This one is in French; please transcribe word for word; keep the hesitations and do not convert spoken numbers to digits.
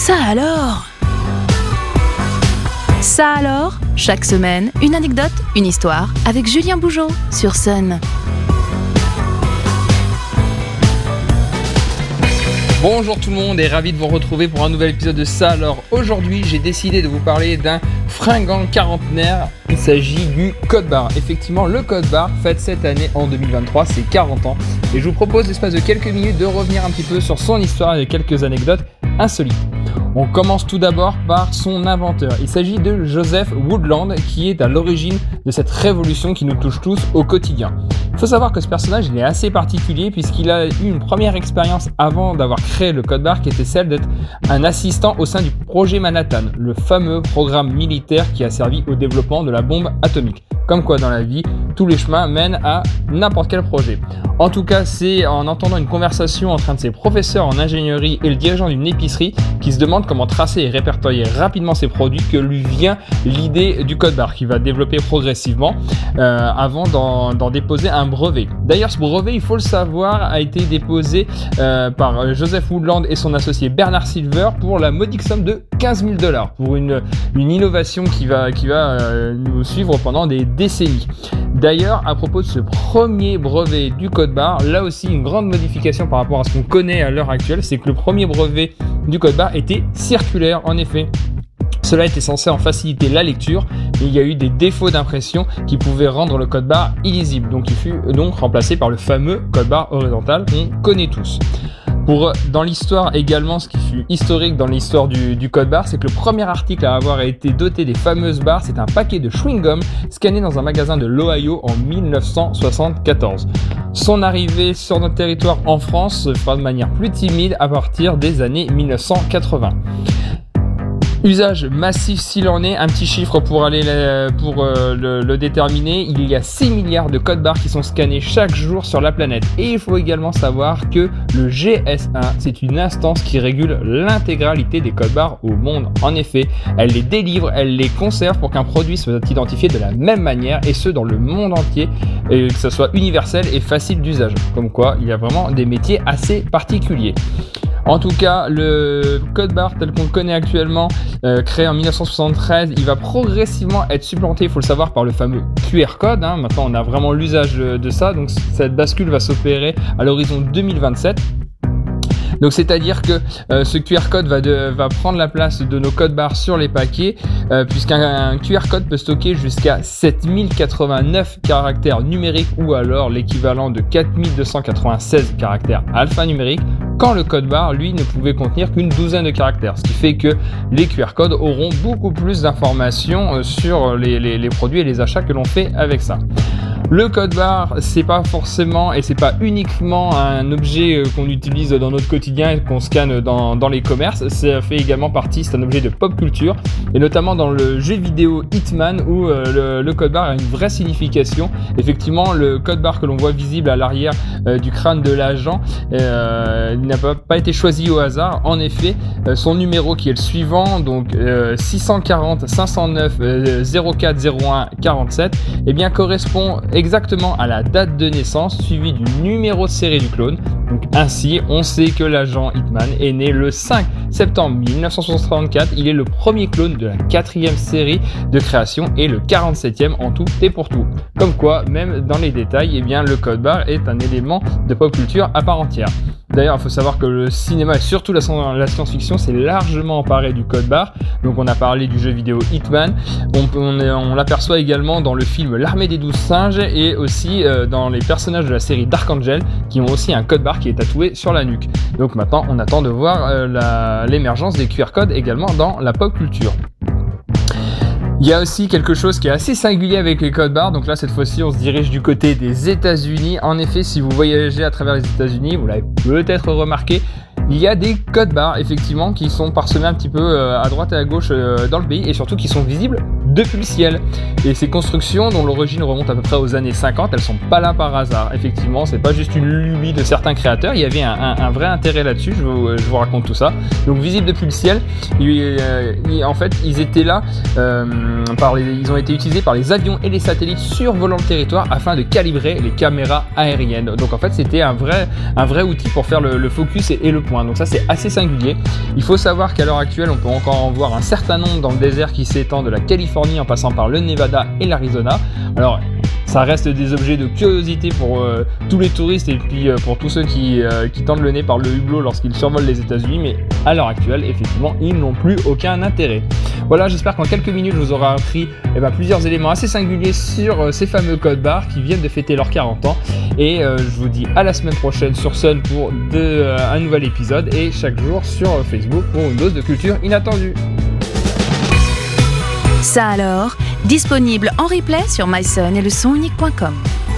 Ça alors Ça alors, chaque semaine, une anecdote, une histoire, avec Julien Bougeaud sur Sun. Bonjour tout le monde et ravi de vous retrouver pour un nouvel épisode de Ça alors. Aujourd'hui, j'ai décidé de vous parler d'un fringant quarantenaire. Il s'agit du code barre. Effectivement, le code barre fête cette année en deux mille vingt-trois, c'est quarante ans. Et je vous propose l'espace de quelques minutes de revenir un petit peu sur son histoire et quelques anecdotes insolites. On commence tout d'abord par son inventeur. Il s'agit de Joseph Woodland qui est à l'origine de cette révolution qui nous touche tous au quotidien. Il faut savoir que ce personnage il est assez particulier puisqu'il a eu une première expérience avant d'avoir créé le code barre qui était celle d'être un assistant au sein du projet Manhattan, le fameux programme militaire qui a servi au développement de la bombe atomique. Comme quoi dans la vie, tous les chemins mènent à n'importe quel projet. En tout cas, c'est en entendant une conversation entre un de ses professeurs en ingénierie et le dirigeant d'une épicerie qui se demande comment tracer et répertorier rapidement ses produits que lui vient l'idée du code barre qu'il va développer progressivement euh, avant d'en, d'en déposer un brevet. D'ailleurs, ce brevet, il faut le savoir, a été déposé euh, par Joseph Woodland et son associé Bernard Silver pour la modique somme de quinze mille dollars pour une, une innovation qui va, qui va euh, nous suivre pendant des décennies. D'ailleurs, à propos de ce premier brevet du code barre, là aussi une grande modification par rapport à ce qu'on connaît à l'heure actuelle, c'est que le premier brevet du code barre était circulaire en effet. Cela était censé en faciliter la lecture, mais il y a eu des défauts d'impression qui pouvaient rendre le code barre illisible, donc il fut donc remplacé par le fameux code barre horizontal qu'on connaît tous. Pour, dans l'histoire également, ce qui fut historique dans l'histoire du, du code barre, c'est que le premier article à avoir été doté des fameuses barres, c'est un paquet de chewing-gum scanné dans un magasin de l'Ohio en dix-neuf cent soixante-quatorze. Son arrivée sur notre territoire en France se fera de manière plus timide à partir des années dix-neuf cent quatre-vingts. Usage massif s'il en est, un petit chiffre pour aller pour euh, le, le déterminer, il y a six milliards de codes barres qui sont scannés chaque jour sur la planète. Et il faut également savoir que le G S un, c'est une instance qui régule l'intégralité des codes barres au monde. En effet, elle les délivre, elle les conserve pour qu'un produit soit identifié de la même manière et ce dans le monde entier, et que ça soit universel et facile d'usage. Comme quoi, il y a vraiment des métiers assez particuliers. En tout cas, le code barre tel qu'on le connaît actuellement, euh, créé en dix-neuf cent soixante-treize, il va progressivement être supplanté, il faut le savoir, par le fameux Q R code. Hein. Maintenant, on a vraiment l'usage de, de ça, donc cette bascule va s'opérer à l'horizon deux mille vingt-sept. Donc c'est-à-dire que euh, ce Q R code va, de, va prendre la place de nos codes barres sur les paquets, euh, puisqu'un un Q R code peut stocker jusqu'à sept mille quatre-vingt-neuf caractères numériques ou alors l'équivalent de quatre mille deux cent quatre-vingt-seize caractères alphanumériques, quand le code barre, lui, ne pouvait contenir qu'une douzaine de caractères, ce qui fait que les Q R codes auront beaucoup plus d'informations sur les, les, les produits et les achats que l'on fait avec ça. Le code barre, c'est pas forcément et c'est pas uniquement un objet qu'on utilise dans notre quotidien et qu'on scanne dans, dans les commerces, ça fait également partie, c'est un objet de pop culture et notamment dans le jeu vidéo Hitman où euh, le, le code barre a une vraie signification. Effectivement, le code barre que l'on voit visible à l'arrière euh, du crâne de l'agent euh, n'a pas, pas été choisi au hasard. En effet, euh, son numéro qui est le suivant, donc euh, six cent quarante cinq cent neuf zéro quatre zéro un quarante-sept, eh bien correspond exactement à la date de naissance suivie du numéro de série du clone. Donc ainsi, on sait que l'agent Hitman est né le cinq septembre dix-neuf cent soixante-quatre. Il est le premier clone de la quatrième série de création et le quarante-septième en tout et pour tout. Comme quoi, même dans les détails, eh bien, le code barre est un élément de pop culture à part entière. D'ailleurs, il faut savoir que le cinéma et surtout la, la science-fiction s'est largement emparé du code barre. Donc on a parlé du jeu vidéo Hitman, on, on, on l'aperçoit également dans le film L'armée des douze singes et aussi euh, dans les personnages de la série Dark Angel qui ont aussi un code barre qui est tatoué sur la nuque. Donc maintenant, on attend de voir euh, la, l'émergence des Q R codes également dans la pop culture. Il y a aussi quelque chose qui est assez singulier avec les codes barres. Donc là, cette fois-ci, on se dirige du côté des États-Unis. En effet, si vous voyagez à travers les États-Unis, vous l'avez peut-être remarqué, il y a des codes barres effectivement qui sont parsemés un petit peu euh, à droite et à gauche euh, dans le pays et surtout qui sont visibles depuis le ciel. Et ces constructions dont l'origine remonte à peu près aux années cinquante, elles sont pas là par hasard. Effectivement, c'est pas juste une lubie de certains créateurs, il y avait un, un, un vrai intérêt là-dessus, je vous, je vous raconte tout ça. Donc visible depuis le ciel, et, euh, et, en fait ils étaient là, euh, par les, ils ont été utilisés par les avions et les satellites survolant le territoire afin de calibrer les caméras aériennes. Donc en fait c'était un vrai, un vrai outil pour faire le, le focus et, et le point. points. Donc ça c'est assez singulier. Il faut savoir qu'à l'heure actuelle on peut encore en voir un certain nombre dans le désert qui s'étend de la Californie en passant par le Nevada et l'Arizona. Alors ça reste des objets de curiosité pour euh, tous les touristes et puis euh, pour tous ceux qui, euh, qui tendent le nez par le hublot lorsqu'ils survolent les États-Unis, mais à l'heure actuelle, effectivement, ils n'ont plus aucun intérêt. Voilà, j'espère qu'en quelques minutes, je vous aurai appris eh ben, plusieurs éléments assez singuliers sur euh, ces fameux codes barres qui viennent de fêter leurs quarante ans. Et euh, je vous dis à la semaine prochaine sur Sun pour de, euh, un nouvel épisode et chaque jour sur euh, Facebook pour une dose de culture inattendue. Ça alors, disponible en replay sur mysun et le son unique point com.